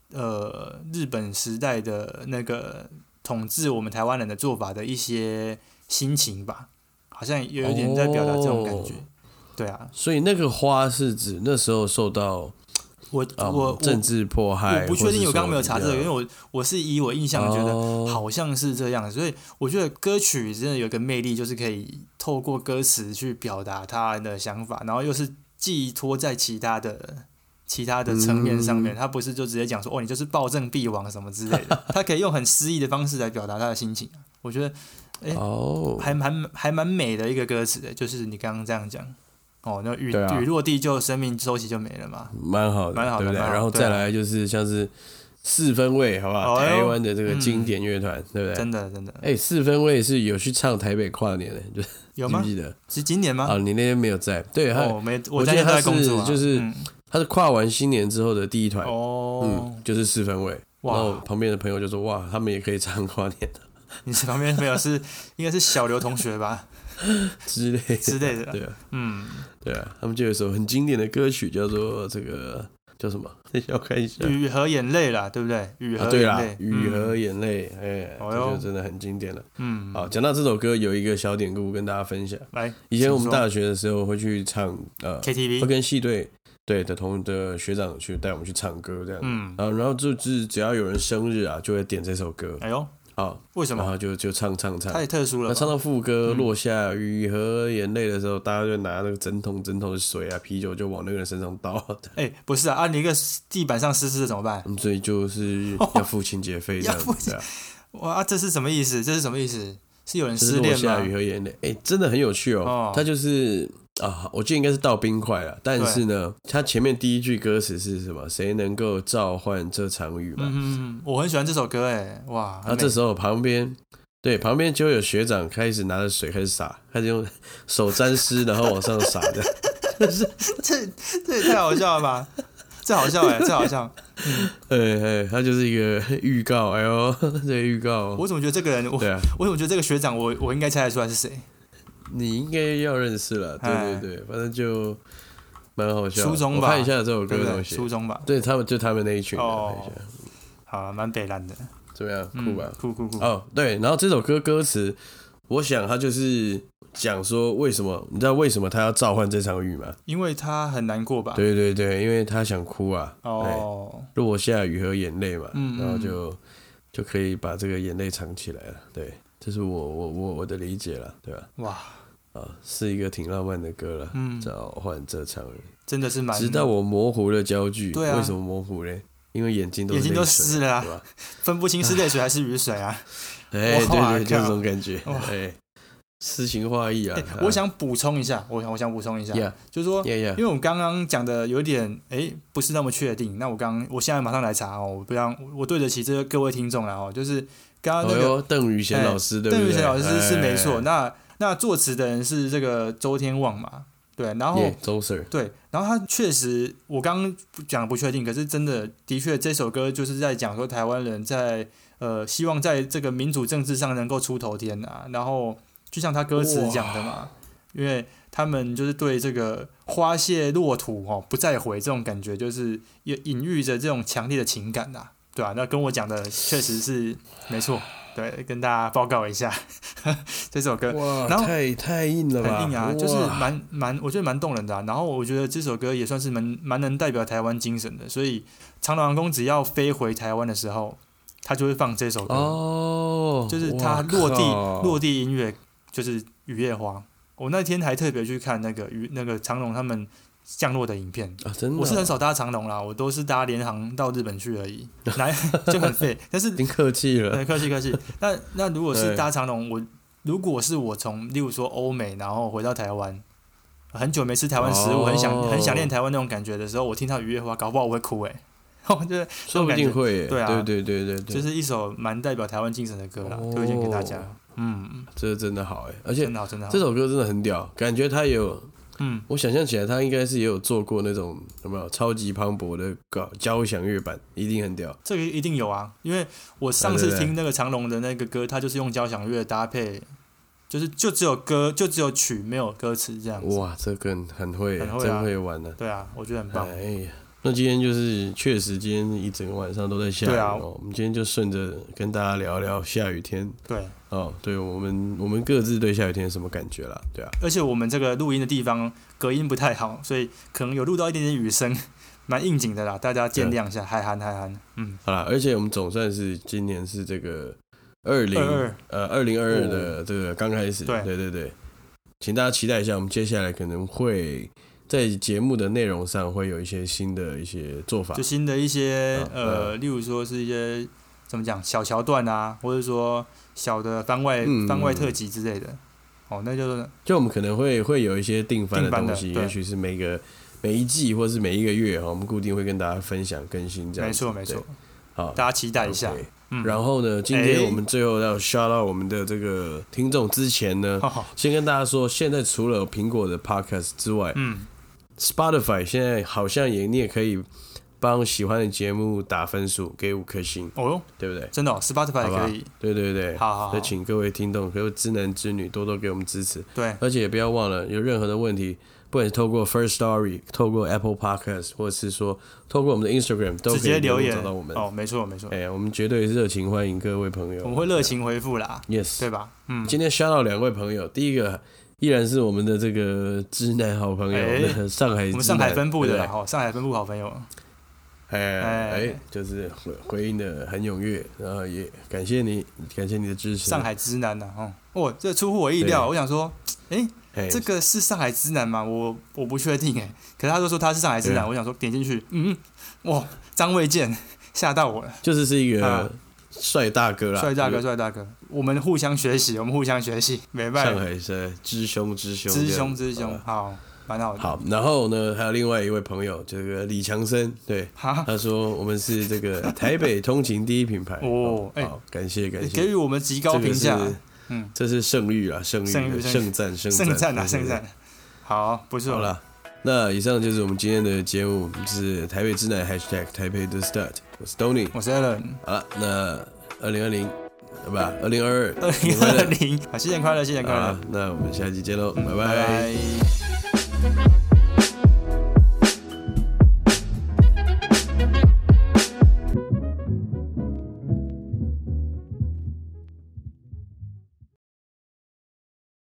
呃日本时代的那个统治我们台湾人的做法的一些心情吧，好像有一点在表达这种感觉。哦、对啊， 所以那个花是指那时候受到。 我我、 嗯、政治迫害， 我不确定，我刚刚没有查这个，因为我我是以我印象觉得好像是这样，哦、所以我觉得歌曲真的有一个魅力，就是可以透过歌词去表达他人的想法，然后又是寄托在其他的其他的层面上面，他、嗯、不是就直接讲说哦你就是暴政必亡什么之类的，他可以用很诗意的方式来表达他的心情，我觉得哎、哦、还蛮还蛮美的一个歌词的，就是你刚刚这样讲。哦，那雨、啊、雨落地就生命周期就没了嘛， 蛮好的，蛮好的，对不对？然后再来就是像是四分卫，好不好？哦、台湾的这个经典乐团，嗯、对不对？ 真的真的。 哎，四分卫是有去唱台北跨年的，就有吗？ 记不记得是今年吗？ 啊，你那天没有在，对，他、 哦、没， 我记得他是就是他是跨完新年之后的第一团，哦，嗯，就是四分卫。然后旁边的朋友就说：“哇，他们也可以唱跨年的。” 你是旁边朋友是应该是小刘同学吧？ 之类之类的， 对啊，嗯，对啊，他们就有一首很经典的歌曲，叫做这个叫什么？等一下我看一下， 雨和眼泪啦，对不对？雨和眼泪， 啊、对啦，雨和眼泪，哎、欸，这就真的很经典了。嗯，好，讲到这首歌，有一个小典故跟大家分享。来，以前我们大学的时候会去唱呃 K T V， 会跟系队对的同的学长去带我们去唱歌这样，嗯，然后然后就是只要有人生日啊，就会点这首歌。 哎呦。 好， 为什么？ 然后就就唱唱唱， 太特殊了。 那唱到副歌落下雨和眼泪的时候，嗯、大家就拿那个整桶整桶的水啊、啤酒就往那个人身上倒。 哎、欸，不是啊，啊，你一个地板上湿湿的怎么办？ 嗯，所以就是要付清洁费这样子。啊、 哇，这是什么意思？这是什么意思？是有人失恋吗？ 落下雨和眼泪，哎、欸，真的很有趣哦。哦他就是啊，我记得应该是倒冰块了，但是呢，他前面第一句歌词是什么？谁能够召唤这场雨嘛？ 嗯，我很喜欢这首歌，哎，哇！ 然后这时候旁边，对，旁边就有学长开始拿着水开始洒，开始用手沾湿，然后往上洒的。 这这这也太好笑了吧！这好笑哎，这好笑。 嗯，哎哎，他就是一个预告，哎呦，这个预告。 我怎么觉得这个人，我对啊，我怎么觉得这个学长，我我应该猜得出来是谁？ 你应该要认识了，对对对，反正就蛮好笑。 初中吧， 我看一下这首歌的东西。 初中吧， 对他们就他们那一群的。 哦，好，蛮北蓝的， 怎么样？酷吧？ 酷酷酷。 哦，对，然后这首歌歌词，我想他就是讲说为什么，你知道为什么他要召唤这场雨吗？ 因为他很难过吧？ 对对对，因为他想哭啊。 哦， 落下雨和眼泪嘛，嗯、然后就就可以把这个眼泪藏起来了。对，这是我我我我的理解了，对吧？ 哇。 啊，是一个挺浪漫的歌了。嗯，召唤这场雨， 真的是蛮。 直到我模糊了焦距， 对啊， 为什么模糊嘞？因为眼睛都眼睛都湿了、啊， 对吧？ 分不清是泪水还是雨水啊！ 哎、欸，对对，就这种感觉。哎、欸，诗情画意啊、欸！ 我想补充一下，我我想补充一下， yeah, 就是说， yeah, yeah. 因为我刚刚讲的有点哎、欸，不是那么确定。那我刚我现在马上来查哦，我不让我对得起这个各位听众了哦，就是刚刚那个邓宇贤老师，对不对？ 邓宇贤老师是没错。那那作词的人是这个周天旺嘛？对，然后、 yeah, 周 Sir 对，然后他确实，我刚刚讲不确定，可是真的的确，这首歌就是在讲说台湾人在呃希望在这个民主政治上能够出头天啊。然后就像他歌词讲的嘛，因为他们就是对这个花谢落土哦不再回这种感觉，就是也隐喻着这种强烈的情感呐、啊，对吧、啊？那跟我讲的确实是没错。对，跟大家报告一下这首歌， 哇， 然后太太硬了吧， 很硬啊，就是蛮蛮，我觉得蛮动人的、啊。然后我觉得这首歌也算是蛮蛮能代表台湾精神的，所以长荣航空只要飞回台湾的时候，他就会放这首歌，哦，就是他落地落地音乐就是《雨夜花》。我那天还特别去看那个雨那个长荣他们降落的影片啊，真的、哦， 我是很少搭长荣啦，我都是搭联航到日本去而已，来就很废。但是您客气了， 对，客气客气。那那如果是搭长荣，我如果是我从例如说欧美，然后回到台湾，很久没吃台湾食物，哦、很想很想念台湾那种感觉的时候，我听到《雨夜花》，搞不好我会哭哎、欸，我觉得说不定会， 对啊， 对对对对对， 就是一首蛮代表台湾精神的歌啦，哦、推荐给大家。嗯， 这真的好哎、欸，而且真的好，真的好， 这首歌真的很屌，感觉他也有。嗯，我想象起来，他应该是也有做过那种有没有超级磅礴的交响乐版，一定很屌。 这个一定有啊，因为我上次听那个长龙的那个歌，他就是用交响乐搭配，就是就只有歌，就只有曲，没有歌词这样子。 哇，这个很会，很会、啊，真会玩的、啊。 对啊，我觉得很棒。 哎呀， 那今天就是确实今天一整个晚上都在下雨、啊哦、我们今天就顺着跟大家聊聊下雨天。 对， 哦，对我们我们各自对下雨天什么感觉啦？对啊， 而且我们这个录音的地方隔音不太好，所以可能有录到一点点雨声，蛮应景的啦，大家见谅一下，嗨憨嗨憨。嗯， 好啦，而且我们总算是今年是这个二零呃二零二二的这个刚开始，对对对对，请大家期待一下，我们接下来可能会在节目的内容上会有一些新的一些做法， 就新的一些、啊、呃，例如说是一些怎么讲小桥段啊，或者说小的番外、嗯、番外特辑之类的。哦，那就是就我们可能会会有一些定番的东西，也许是每个每一季或是每一个月，我们固定会跟大家分享更新这样。 没错没错，好，大家期待一下。Okay, 嗯、然后呢，今天我们最后要 shout out 我们的这个听众之前呢，欸、先跟大家说，现在除了苹果的 podcast 之外，嗯 ，Spotify 现在好像也你也可以帮喜欢的节目打分数，给五颗星，哦，对不对？ 真的、哦、，Spotify 也可以。 对对对， 好好好。 所以请各位听众，各位知男知女多多给我们支持。 对， 而且也不要忘了，有任何的问题，不管是透过 First Story、透过 Apple Podcast， 或者是说透过我们的 Instagram， 都可以直接留言找到我们。 哦，没错没错。 哎、欸，我们绝对热情欢迎各位朋友。 我们会热情回复啦。 Yes， 对吧？嗯。 今天 shout out 两位朋友，第一个依然是我们的这个知男好朋友，欸、那上海， 我们上海分部的啦，哦，上海分部好朋友。 哎哎，就是回回应的很踊跃，然后也感谢你，感谢你的支持。 上海之男呐、啊，哦，哦，这出乎我意料。我想说，哎、欸，这个是上海之男吗？我我不确定哎，可是他就说他是上海之男，我想说点进去，嗯，哇，张卫健吓到我了， 就是是一个帅大哥啦， 帅、啊、大哥，帅大哥，我们互相学习，我们互相学习，没办法。 上海是知兄知兄， 知兄知兄，好。蛮好的。 好，然后呢，还有另外一位朋友，这个李强生，对，他说我们是这个台北通勤第一品牌哦，好，欸、感谢感谢， 给予我们极高评价， 這嗯，这是胜率啊，胜率，胜战，胜胜战啊，胜战，好，不错， 好了，那以上就是我们今天的节目，是台北之男 hashtag 台北的 start， 我是 Tony， 我是 Alan， 好了，那二零二零。不，二零二二， 二零二零，好，新年快乐，新年快乐！ 那我们下期见喽，嗯，拜拜。 拜拜。